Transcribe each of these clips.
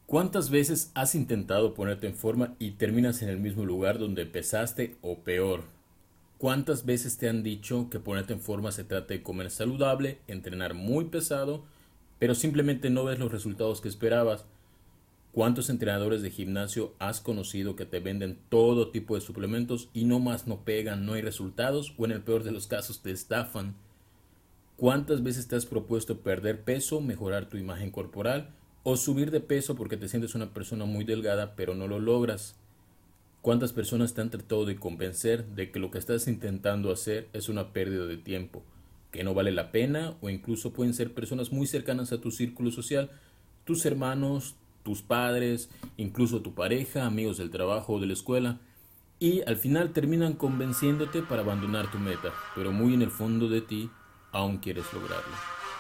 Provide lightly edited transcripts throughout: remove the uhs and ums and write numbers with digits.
¿Cuántas veces has intentado ponerte en forma y terminas en el mismo lugar donde empezaste o peor? ¿Cuántas veces te han dicho que ponerte en forma se trata de comer saludable, entrenar muy pesado, pero simplemente no ves los resultados que esperabas? ¿Cuántos entrenadores de gimnasio has conocido que te venden todo tipo de suplementos y no más no pegan, no hay resultados o en el peor de los casos te estafan? ¿Cuántas veces te has propuesto perder peso, mejorar tu imagen corporal o subir de peso porque te sientes una persona muy delgada pero no lo logras? ¿Cuántas personas te han tratado de convencer de que lo que estás intentando hacer es una pérdida de tiempo, que no vale la pena o incluso pueden ser personas muy cercanas a tu círculo social, tus hermanos, tus padres, incluso tu pareja, amigos del trabajo o de la escuela? Y al final terminan convenciéndote para abandonar tu meta, pero muy en el fondo de ti aún quieres lograrlo.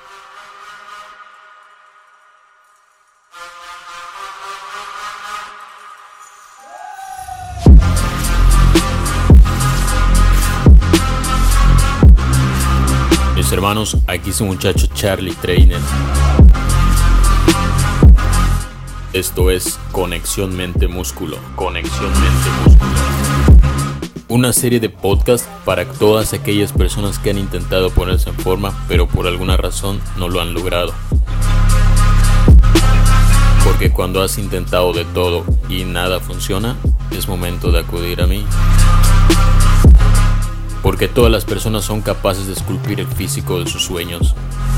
Mis hermanos, aquí su muchacho Charlie Trainer. Esto es Conexión Mente-Músculo. Conexión Mente-Músculo. Una serie de podcasts para todas aquellas personas que han intentado ponerse en forma, pero por alguna razón no lo han logrado. Porque cuando has intentado de todo y nada funciona, es momento de acudir a mí. Porque todas las personas son capaces de esculpir el físico de sus sueños.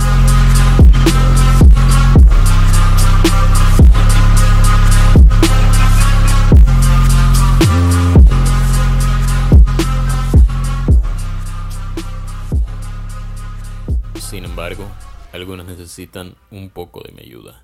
Sin embargo, algunos necesitan un poco de mi ayuda.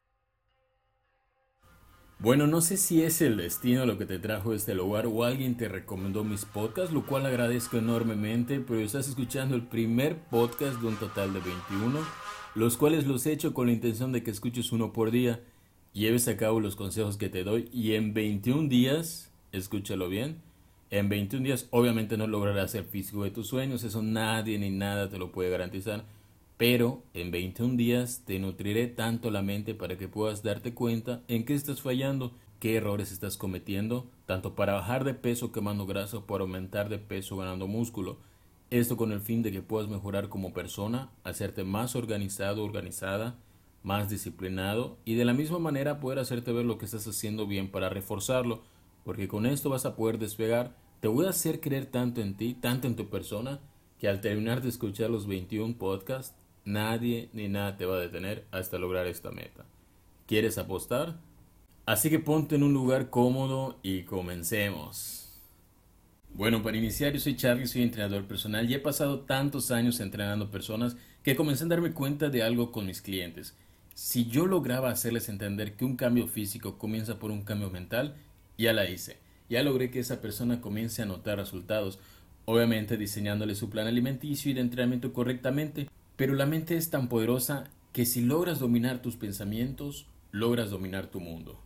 Bueno, no sé si es el destino lo que te trajo a este lugar o alguien te recomendó mis podcasts, lo cual agradezco enormemente, pero estás escuchando el primer podcast de un total de 21, los cuales los he hecho con la intención de que escuches uno por día, lleves a cabo los consejos que te doy y en 21 días, escúchalo bien, en 21 días obviamente no lograrás el físico de tus sueños, eso nadie ni nada te lo puede garantizar. Pero en 21 días te nutriré tanto la mente para que puedas darte cuenta en qué estás fallando, qué errores estás cometiendo, tanto para bajar de peso quemando grasa o para aumentar de peso ganando músculo. Esto con el fin de que puedas mejorar como persona, hacerte más organizado, organizada, más disciplinado y de la misma manera poder hacerte ver lo que estás haciendo bien para reforzarlo, porque con esto vas a poder despegar. Te voy a hacer creer tanto en ti, tanto en tu persona, que al terminar de escuchar los 21 podcasts, nadie ni nada te va a detener hasta lograr esta meta. ¿Quieres apostar? Así que ponte en un lugar cómodo y comencemos. Bueno, para iniciar, yo soy Charlie, soy entrenador personal y he pasado tantos años entrenando personas que comencé a darme cuenta de algo con mis clientes. Si yo lograba hacerles entender que un cambio físico comienza por un cambio mental, ya la hice. Ya logré que esa persona comience a notar resultados, obviamente diseñándole su plan alimenticio y de entrenamiento correctamente. Pero la mente es tan poderosa que si logras dominar tus pensamientos, logras dominar tu mundo.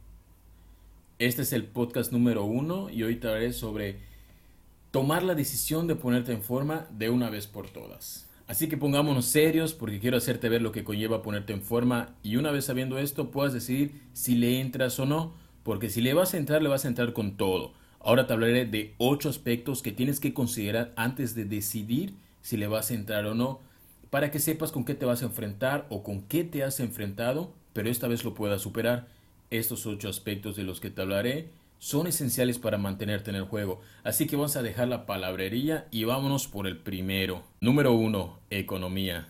Este es el podcast número 1 y hoy te hablaré sobre tomar la decisión de ponerte en forma de una vez por todas. Así que pongámonos serios porque quiero hacerte ver lo que conlleva ponerte en forma y una vez sabiendo esto puedas decidir si le entras o no, porque si le vas a entrar, le vas a entrar con todo. Ahora te hablaré de 8 aspectos que tienes que considerar antes de decidir si le vas a entrar o no, para que sepas con qué te vas a enfrentar o con qué te has enfrentado, pero esta vez lo puedas superar. Estos 8 aspectos de los que te hablaré son esenciales para mantenerte en el juego, así que vamos a dejar la palabrería y vámonos por el primero. Número 1. Economía.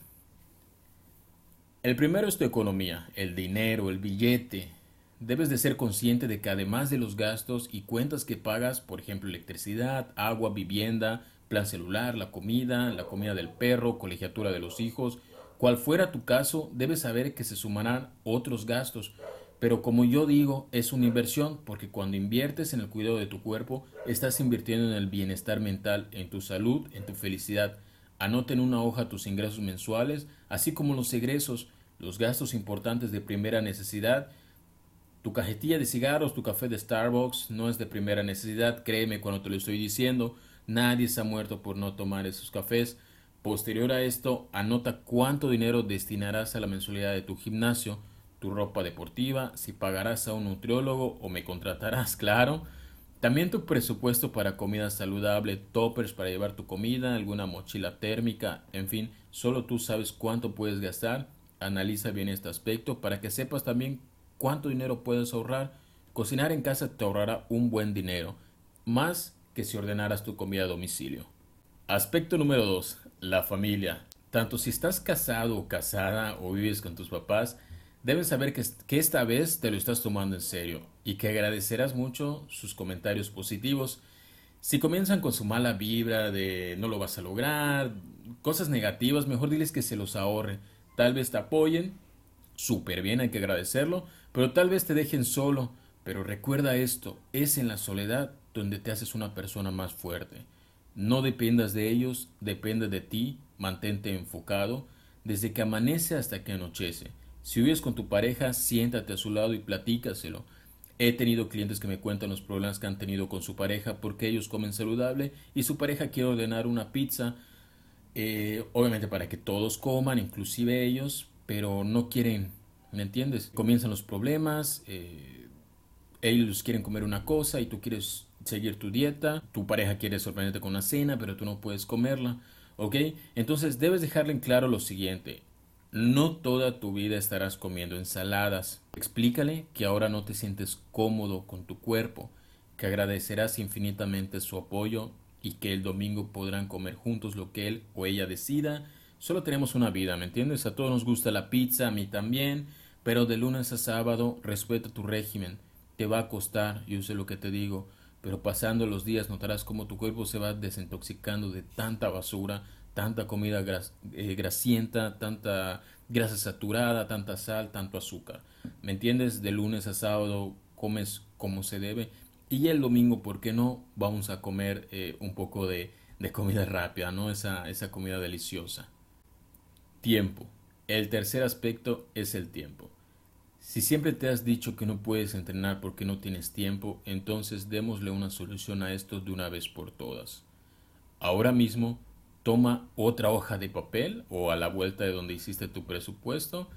El primero es tu economía, el dinero, el billete. Debes de ser consciente de que además de los gastos y cuentas que pagas, por ejemplo electricidad, agua, vivienda, plan celular, la comida del perro, colegiatura de los hijos, cual fuera tu caso, debes saber que se sumarán otros gastos. Pero como yo digo, es una inversión porque cuando inviertes en el cuidado de tu cuerpo, estás invirtiendo en el bienestar mental, en tu salud, en tu felicidad. Anota en una hoja tus ingresos mensuales, así como los egresos, los gastos importantes de primera necesidad. Tu cajetilla de cigarros, tu café de Starbucks no es de primera necesidad, créeme cuando te lo estoy diciendo. Nadie se ha muerto por no tomar esos cafés. Posterior a esto, anota cuánto dinero destinarás a la mensualidad de tu gimnasio, tu ropa deportiva, si pagarás a un nutriólogo o me contratarás, claro. También tu presupuesto para comida saludable, toppers para llevar tu comida, alguna mochila térmica, en fin, solo tú sabes cuánto puedes gastar. Analiza bien este aspecto para que sepas también cuánto dinero puedes ahorrar. Cocinar en casa te ahorrará un buen dinero, más que si ordenaras tu comida a domicilio. Aspecto número 2, la familia. Tanto si estás casado o casada o vives con tus papás, deben saber que esta vez te lo estás tomando en serio y que agradecerás mucho sus comentarios positivos. Si comienzan con su mala vibra de no lo vas a lograr, cosas negativas, mejor diles que se los ahorren. Tal vez te apoyen, súper bien, hay que agradecerlo, pero tal vez te dejen solo. Pero recuerda esto, es en la soledad donde te haces una persona más fuerte. No dependas de ellos, depende de ti, mantente enfocado, desde que amanece hasta que anochece. Si vives con tu pareja, siéntate a su lado y platícaselo. He tenido clientes que me cuentan los problemas que han tenido con su pareja porque ellos comen saludable y su pareja quiere ordenar una pizza, obviamente para que todos coman, inclusive ellos, pero no quieren, ¿me entiendes? Comienzan los problemas, ellos quieren comer una cosa y tú quieres seguir tu dieta, tu pareja quiere sorprenderte con una cena, pero tú no puedes comerla, ¿ok? Entonces debes dejarle en claro lo siguiente, no toda tu vida estarás comiendo ensaladas. Explícale que ahora no te sientes cómodo con tu cuerpo, que agradecerás infinitamente su apoyo y que el domingo podrán comer juntos lo que él o ella decida. Solo tenemos una vida, ¿me entiendes? A todos nos gusta la pizza, a mí también, pero de lunes a sábado respeta tu régimen. Te va a costar, yo sé lo que te digo, pero pasando los días notarás cómo tu cuerpo se va desintoxicando de tanta basura, tanta comida grasienta, tanta grasa saturada, tanta sal, tanto azúcar. ¿Me entiendes? De lunes a sábado comes como se debe y el domingo, ¿por qué no? Vamos a comer un poco de comida rápida, ¿no? Esa comida deliciosa. Tiempo. El tercer aspecto es el tiempo. Si siempre te has dicho que no puedes entrenar porque no tienes tiempo, entonces démosle una solución a esto de una vez por todas. Ahora mismo, toma otra hoja de papel o a la vuelta de donde hiciste tu presupuesto,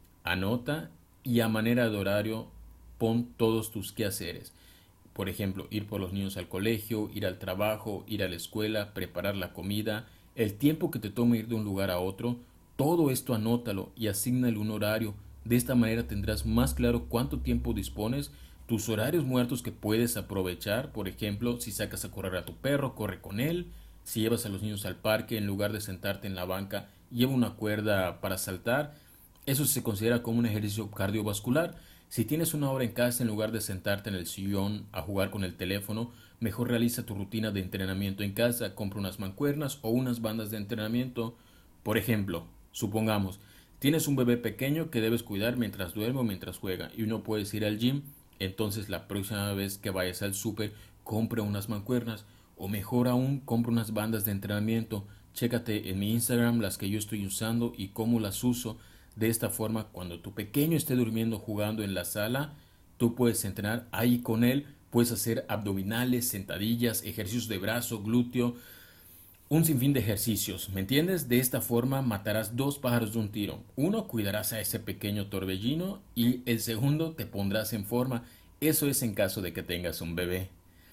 anota y a manera de horario pon todos tus quehaceres. Por ejemplo, ir por los niños al colegio, ir al trabajo, ir a la escuela, preparar la comida, el tiempo que te toma ir de un lugar a otro, todo esto anótalo y asígnale un horario. De esta manera tendrás más claro cuánto tiempo dispones, tus horarios muertos que puedes aprovechar. Por ejemplo, si sacas a correr a tu perro, corre con él. Si llevas a los niños al parque, en lugar de sentarte en la banca, lleva una cuerda para saltar. Eso se considera como un ejercicio cardiovascular. Si tienes una hora en casa, en lugar de sentarte en el sillón a jugar con el teléfono, mejor realiza tu rutina de entrenamiento en casa, compra unas mancuernas o unas bandas de entrenamiento. Por ejemplo, supongamos, tienes un bebé pequeño que debes cuidar mientras duerme o mientras juega y no puedes ir al gym, entonces la próxima vez que vayas al súper, compra unas mancuernas o mejor aún, compra unas bandas de entrenamiento. Chécate en mi Instagram las que yo estoy usando y cómo las uso. De esta forma, cuando tu pequeño esté durmiendo jugando en la sala, tú puedes entrenar ahí con él, puedes hacer abdominales, sentadillas, ejercicios de brazo, glúteo, un sinfín de ejercicios, ¿me entiendes? De esta forma matarás dos pájaros de un tiro. Uno, cuidarás a ese pequeño torbellino y el segundo, te pondrás en forma. Eso es en caso de que tengas un bebé.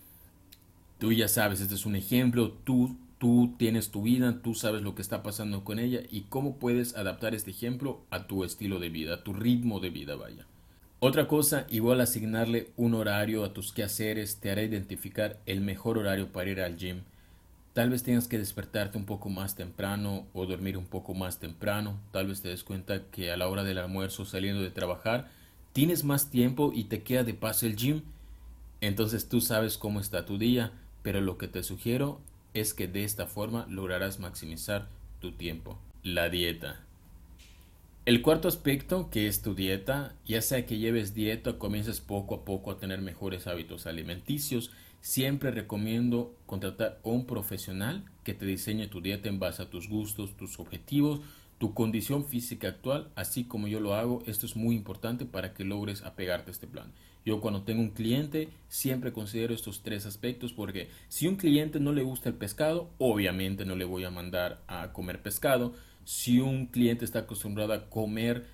Tú ya sabes, este es un ejemplo, tú tienes tu vida, tú sabes lo que está pasando con ella y cómo puedes adaptar este ejemplo a tu estilo de vida, a tu ritmo de vida, vaya. Otra cosa, igual asignarle un horario a tus quehaceres te hará identificar el mejor horario para ir al gym. Tal vez tengas que despertarte un poco más temprano o dormir un poco más temprano. Tal vez te des cuenta que a la hora del almuerzo saliendo de trabajar tienes más tiempo y te queda de paso el gym. Entonces tú sabes cómo está tu día, pero lo que te sugiero es que de esta forma lograrás maximizar tu tiempo. La dieta. El cuarto aspecto, que es tu dieta, ya sea que lleves dieta o comiences poco a poco a tener mejores hábitos alimenticios, siempre recomiendo contratar a un profesional que te diseñe tu dieta en base a tus gustos, tus objetivos, tu condición física actual, así como yo lo hago. Esto es muy importante para que logres apegarte a este plan. Yo cuando tengo un cliente siempre considero estos tres aspectos porque si a un cliente no le gusta el pescado, obviamente no le voy a mandar a comer pescado. Si un cliente está acostumbrado a comer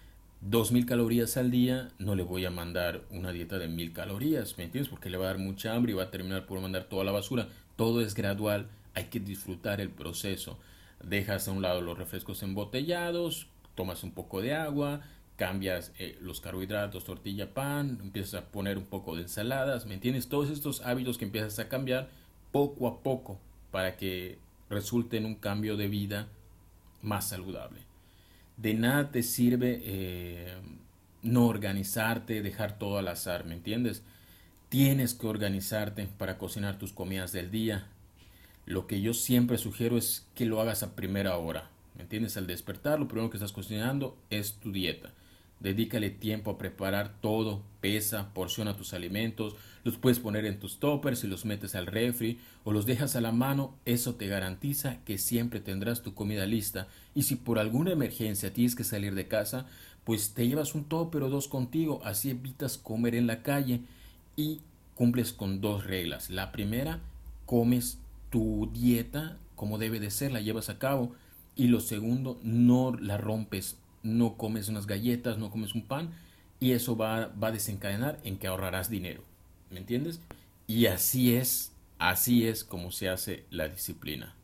2000 calorías al día, no le voy a mandar una dieta de 1000 calorías, ¿me entiendes? Porque le va a dar mucha hambre y va a terminar por mandar toda la basura. Todo es gradual, hay que disfrutar el proceso. Dejas a un lado los refrescos embotellados, tomas un poco de agua, cambias los carbohidratos, tortilla, pan, empiezas a poner un poco de ensaladas, ¿me entiendes? Todos estos hábitos que empiezas a cambiar poco a poco para que resulte en un cambio de vida más saludable. De nada te sirve no organizarte, dejar todo al azar, ¿me entiendes? Tienes que organizarte para cocinar tus comidas del día. Lo que yo siempre sugiero es que lo hagas a primera hora, ¿me entiendes? Al despertar, lo primero que estás cocinando es tu dieta. Dedícale tiempo a preparar todo, pesa, porciona tus alimentos, los puedes poner en tus toppers y los metes al refri o los dejas a la mano, eso te garantiza que siempre tendrás tu comida lista y si por alguna emergencia tienes que salir de casa, pues te llevas un topper o dos contigo, así evitas comer en la calle y cumples con dos reglas. La primera, comes tu dieta como debe de ser, la llevas a cabo y lo segundo, no la rompes, no comes unas galletas, no comes un pan y eso va a desencadenar en que ahorrarás dinero. ¿Me entiendes? Y así es como se hace la disciplina.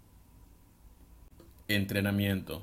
Entrenamiento.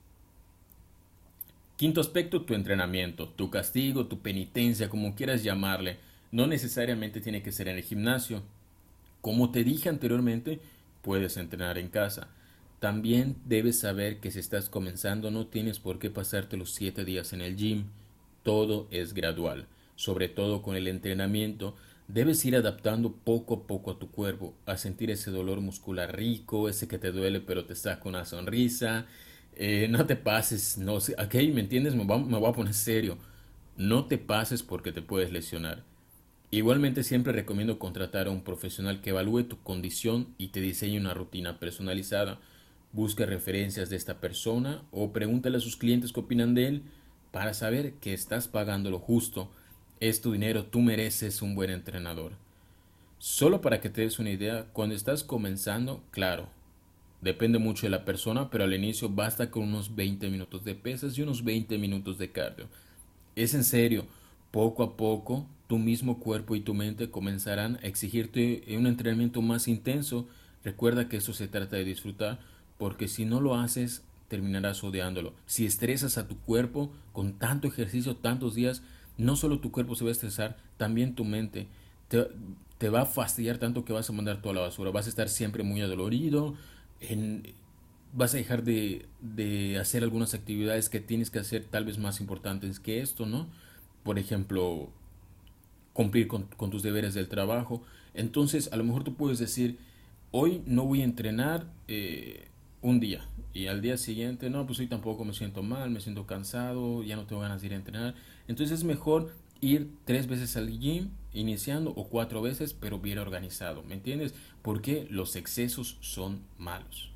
Quinto aspecto, tu entrenamiento, tu castigo, tu penitencia, como quieras llamarle. No necesariamente tiene que ser en el gimnasio. Como te dije anteriormente, puedes entrenar en casa. También debes saber que si estás comenzando no tienes por qué pasarte los 7 días en el gym. Todo es gradual. Sobre todo con el entrenamiento, debes ir adaptando poco a poco a tu cuerpo, a sentir ese dolor muscular rico, ese que te duele pero te saca una sonrisa. No te pases, no sé, ok, ¿me entiendes? Me voy a poner serio. No te pases porque te puedes lesionar. Igualmente siempre recomiendo contratar a un profesional que evalúe tu condición y te diseñe una rutina personalizada. Busca referencias de esta persona o pregúntale a sus clientes qué opinan de él para saber que estás pagando lo justo. Es tu dinero, tú mereces un buen entrenador. Solo para que te des una idea, cuando estás comenzando, claro, depende mucho de la persona, pero al inicio basta con unos 20 minutos de pesas y unos 20 minutos de cardio. Es en serio, poco a poco tu mismo cuerpo y tu mente comenzarán a exigirte un entrenamiento más intenso. Recuerda que eso se trata de disfrutar, porque si no lo haces, terminarás odiándolo. Si estresas a tu cuerpo con tanto ejercicio, tantos días, no solo tu cuerpo se va a estresar, también tu mente te, te va a fastidiar tanto que vas a mandar toda la basura. Vas a estar siempre muy adolorido, en, vas a dejar de hacer algunas actividades que tienes que hacer tal vez más importantes que esto, ¿no? Por ejemplo, cumplir con tus deberes del trabajo. Entonces, a lo mejor tú puedes decir, hoy no voy a entrenar un día. Y al día siguiente, no, pues hoy tampoco me siento mal, me siento cansado, ya no tengo ganas de ir a entrenar. Entonces es mejor ir 3 veces al gym iniciando o 4 veces, pero bien organizado, ¿me entiendes? Porque los excesos son malos.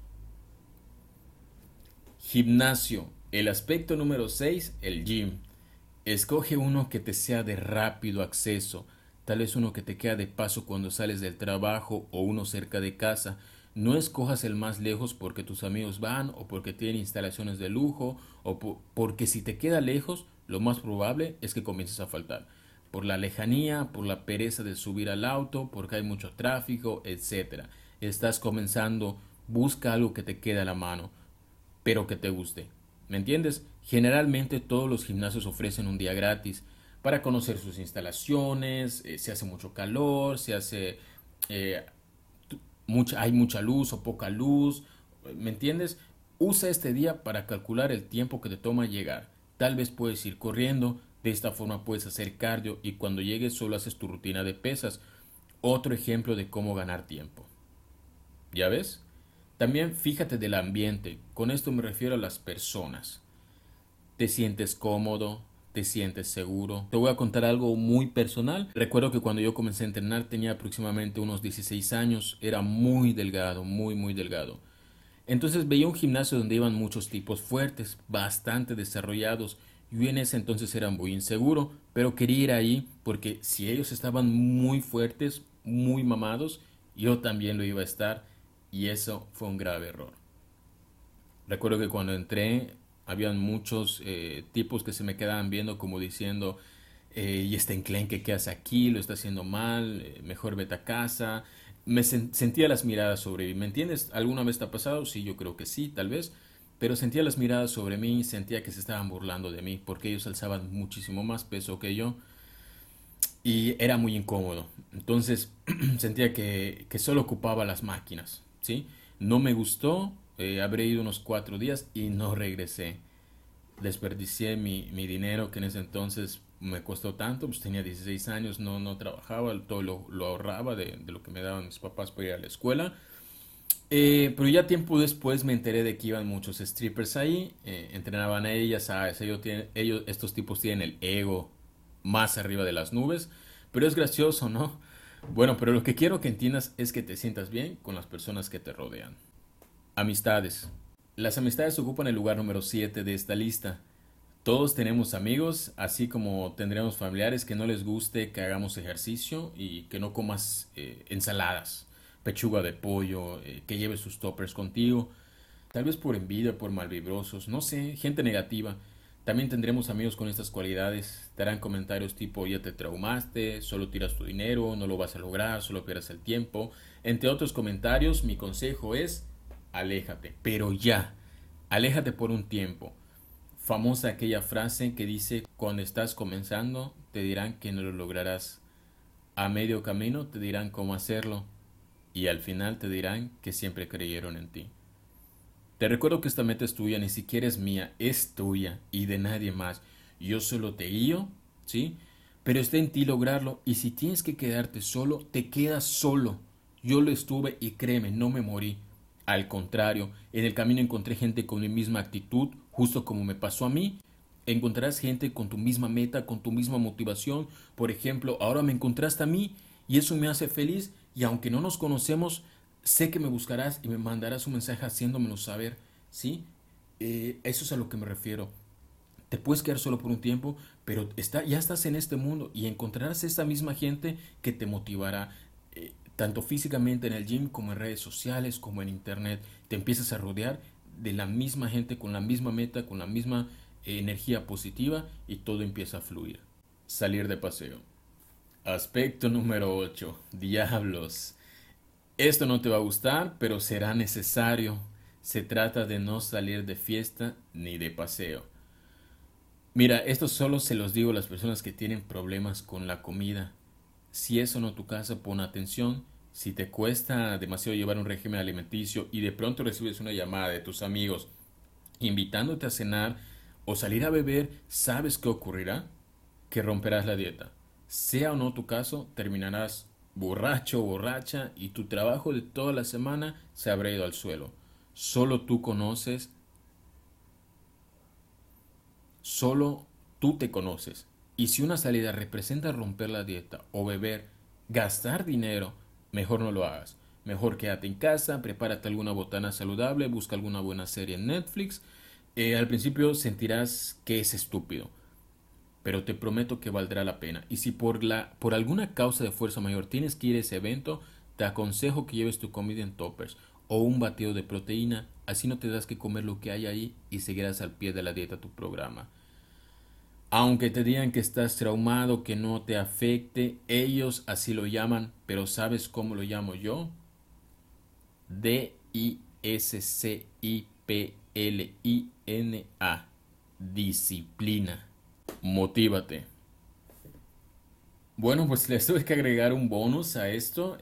Gimnasio. El aspecto número 6, el gym. Escoge uno que te sea de rápido acceso, tal vez uno que te queda de paso cuando sales del trabajo o uno cerca de casa. No escojas el más lejos porque tus amigos van o porque tienen instalaciones de lujo o porque si te queda lejos, lo más probable es que comiences a faltar. Por la lejanía, por la pereza de subir al auto, porque hay mucho tráfico, etcétera. Estás comenzando, busca algo que te quede a la mano pero que te guste. ¿Me entiendes? Generalmente todos los gimnasios ofrecen un día gratis para conocer sus instalaciones, si hace mucho calor, si hace eh, hay mucha luz o poca luz, ¿me entiendes? Usa este día para calcular el tiempo que te toma llegar. Tal vez puedes ir corriendo, de esta forma puedes hacer cardio y cuando llegues solo haces tu rutina de pesas. Otro ejemplo de cómo ganar tiempo. ¿Ya ves? También fíjate del ambiente. Con esto me refiero a las personas. ¿Te sientes cómodo? ¿Te sientes seguro? Te voy a contar algo muy personal. Recuerdo que cuando yo comencé a entrenar tenía aproximadamente unos 16 años. Era muy delgado, muy delgado. Entonces veía un gimnasio donde iban muchos tipos fuertes, bastante desarrollados. Yo en ese entonces era muy inseguro, pero quería ir ahí porque si ellos estaban muy fuertes, muy mamados, yo también lo iba a estar y eso fue un grave error. Recuerdo que cuando entré Habían muchos tipos que se me quedaban viendo como diciendo, y este enclenque que hace aquí, lo está haciendo mal, mejor vete a casa. Sentía las miradas sobre mí, ¿me entiendes? ¿Alguna vez te ha pasado? Sí, yo creo que sí, tal vez. Pero sentía las miradas sobre mí, sentía que se estaban burlando de mí, porque ellos alzaban muchísimo más peso que yo y era muy incómodo. Entonces sentía que solo ocupaba las máquinas, ¿sí? No me gustó, habré ido unos 4 días y no regresé. Desperdicié mi dinero que en ese entonces me costó tanto, pues tenía 16 años, no trabajaba, todo lo ahorraba de lo que me daban mis papás para ir a la escuela. Pero ya tiempo después me enteré de que iban muchos strippers ahí, entrenaban a ellas, ¿sabes? Estos tipos tienen el ego más arriba de las nubes, pero es gracioso, ¿no? Bueno, pero lo que quiero que entiendas es que te sientas bien con las personas que te rodean. Amistades. Las amistades ocupan el lugar número 7 de esta lista. Todos tenemos amigos, así como tendremos familiares que no les guste que hagamos ejercicio y que no comas ensaladas, pechuga de pollo, que lleves sus toppers contigo, tal vez por envidia, por malvibrosos, no sé, gente negativa. También tendremos amigos con estas cualidades, te harán comentarios tipo ya te traumaste, solo tiras tu dinero, no lo vas a lograr, solo pierdes el tiempo. Entre otros comentarios, mi consejo es aléjate, pero ya, aléjate por un tiempo. Famosa aquella frase que dice, cuando estás comenzando, te dirán que no lo lograrás. A medio camino te dirán cómo hacerlo. Y al final te dirán que siempre creyeron en ti. Te recuerdo que esta meta es tuya, ni siquiera es mía, es tuya y de nadie más. Yo solo te guío, ¿sí? Pero está en ti lograrlo y si tienes que quedarte solo, te quedas solo. Yo lo estuve y créeme, no me morí. Al contrario, en el camino encontré gente con mi misma actitud, justo como me pasó a mí. Encontrarás gente con tu misma meta, con tu misma motivación. Por ejemplo, ahora me encontraste a mí y eso me hace feliz y aunque no nos conocemos, sé que me buscarás y me mandarás un mensaje haciéndomelo saber, ¿sí? Eso es a lo que me refiero. Te puedes quedar solo por un tiempo, pero ya estás en este mundo y encontrarás esa misma gente que te motivará, tanto físicamente en el gym como en redes sociales, como en internet. Te empiezas a rodear de la misma gente con la misma meta, con la misma energía positiva y todo empieza a fluir. Salir de paseo. Aspecto número 8. Diablos. Esto no te va a gustar, pero será necesario. Se trata de no salir de fiesta ni de paseo. Mira, esto solo se los digo a las personas que tienen problemas con la comida. Si eso no es tu caso, pon atención. Si te cuesta demasiado llevar un régimen alimenticio y de pronto recibes una llamada de tus amigos invitándote a cenar o salir a beber, ¿sabes qué ocurrirá? Que romperás la dieta. Sea o no tu caso, terminarás borracho o borracha y tu trabajo de toda la semana se habrá ido al suelo. Solo tú conoces, solo tú te conoces. Y si una salida representa romper la dieta o beber, gastar dinero, mejor no lo hagas. Mejor quédate en casa, prepárate alguna botana saludable, busca alguna buena serie en Netflix. Al principio sentirás que es estúpido, pero te prometo que valdrá la pena. Y si por alguna causa de fuerza mayor tienes que ir a ese evento, te aconsejo que lleves tu comida en toppers o un batido de proteína, así no te das que comer lo que hay ahí y seguirás al pie de la dieta tu programa. Aunque te digan que estás traumado, que no te afecte, ellos así lo llaman, pero ¿sabes cómo lo llamo yo? Disciplina. Disciplina. Motívate. Bueno, pues les tuve que agregar un bonus a esto.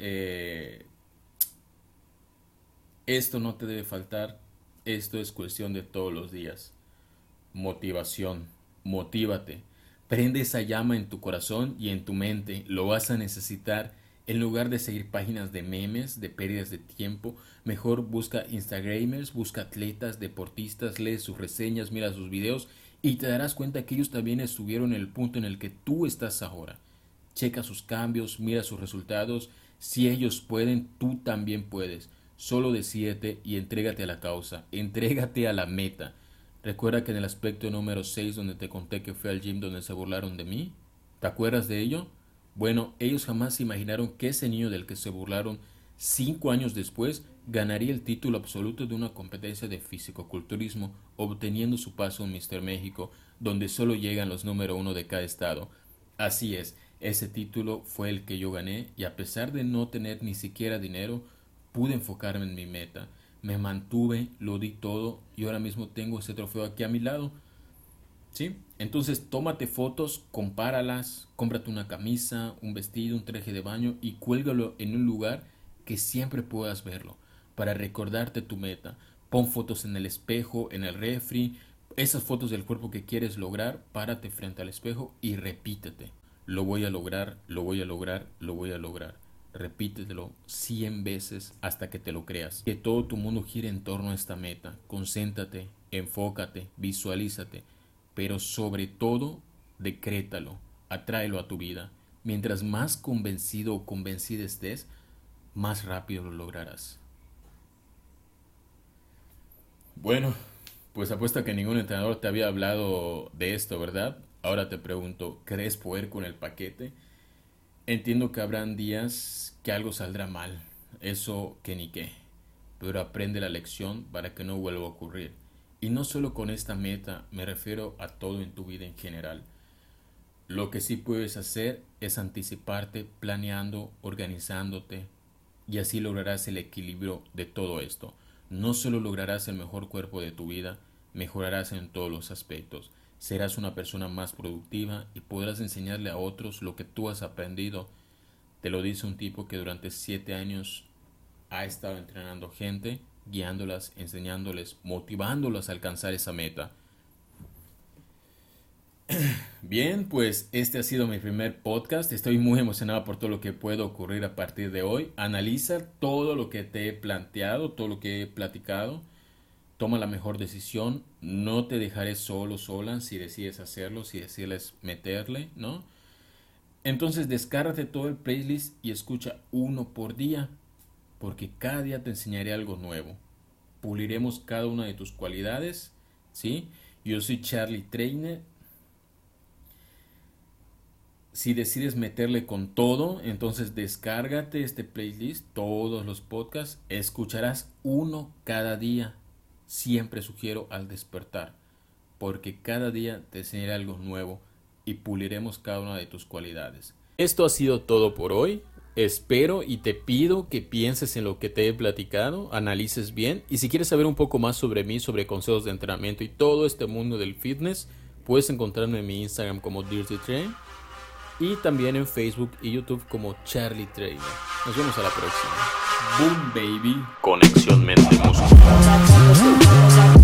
Esto no te debe faltar. Esto es cuestión de todos los días. Motivación. Motívate. Prende esa llama en tu corazón y en tu mente. Lo vas a necesitar. En lugar de seguir páginas de memes, de pérdidas de tiempo, mejor busca Instagramers, busca atletas, deportistas, lee sus reseñas, mira sus videos y te darás cuenta que ellos también estuvieron en el punto en el que tú estás ahora. Checa sus cambios, mira sus resultados. Si ellos pueden, tú también puedes. Solo decídete y entrégate a la causa. Entrégate a la meta. Recuerda que en el aspecto número 6 donde te conté que fui al gym donde se burlaron de mí. ¿Te acuerdas de ello? Bueno, ellos jamás se imaginaron que ese niño del que se burlaron 5 años después, ganaría el título absoluto de una competencia de fisicoculturismo, obteniendo su paso en Mister México, donde solo llegan los número 1 de cada estado. Así es, ese título fue el que yo gané y a pesar de no tener ni siquiera dinero, pude enfocarme en mi meta. Me mantuve, lo di todo y ahora mismo tengo ese trofeo aquí a mi lado. ¿Sí? Entonces tómate fotos, compáralas, cómprate una camisa, un vestido, un traje de baño y cuélgalo en un lugar que siempre puedas verlo para recordarte tu meta. Pon fotos en el espejo, en el refri, esas fotos del cuerpo que quieres lograr, párate frente al espejo y repítete. Lo voy a lograr, lo voy a lograr, lo voy a lograr. Repítetelo 100 veces hasta que te lo creas. Que todo tu mundo gire en torno a esta meta. Concéntrate, enfócate, visualízate. Pero sobre todo, decrétalo, atráelo a tu vida. Mientras más convencido o convencida estés, más rápido lo lograrás. Bueno, pues apuesto a que ningún entrenador te había hablado de esto, ¿verdad? Ahora te pregunto, ¿crees poder con el paquete? Entiendo que habrán días que algo saldrá mal, eso que ni qué, pero aprende la lección para que no vuelva a ocurrir. Y no solo con esta meta, me refiero a todo en tu vida en general. Lo que sí puedes hacer es anticiparte planeando, organizándote y así lograrás el equilibrio de todo esto. No solo lograrás el mejor cuerpo de tu vida, mejorarás en todos los aspectos. Serás una persona más productiva y podrás enseñarle a otros lo que tú has aprendido. Te lo dice un tipo que durante 7 años ha estado entrenando gente, guiándolas, enseñándoles, motivándolas a alcanzar esa meta. Bien, pues este ha sido mi primer podcast. Estoy muy emocionado por todo lo que puede ocurrir a partir de hoy. Analiza todo lo que te he planteado, todo lo que he platicado. Toma la mejor decisión. No te dejaré solo, sola, si decides hacerlo, si decides meterle, ¿no? Entonces descárgate todo el playlist y escucha uno por día, porque cada día te enseñaré algo nuevo. Puliremos cada una de tus cualidades, ¿sí? Yo soy Charlie Trainer. Si decides meterle con todo, entonces descárgate este playlist, todos los podcasts, escucharás uno cada día. Siempre sugiero al despertar, porque cada día te enseñaré algo nuevo y puliremos cada una de tus cualidades. Esto ha sido todo por hoy. Espero y te pido que pienses en lo que te he platicado, analices bien y si quieres saber un poco más sobre mí, sobre consejos de entrenamiento y todo este mundo del fitness, puedes encontrarme en mi Instagram como Dirty Train y también en Facebook y YouTube como Charlie Trainer. Nos vemos a la próxima. Boom, baby. Conexión mente-músculo.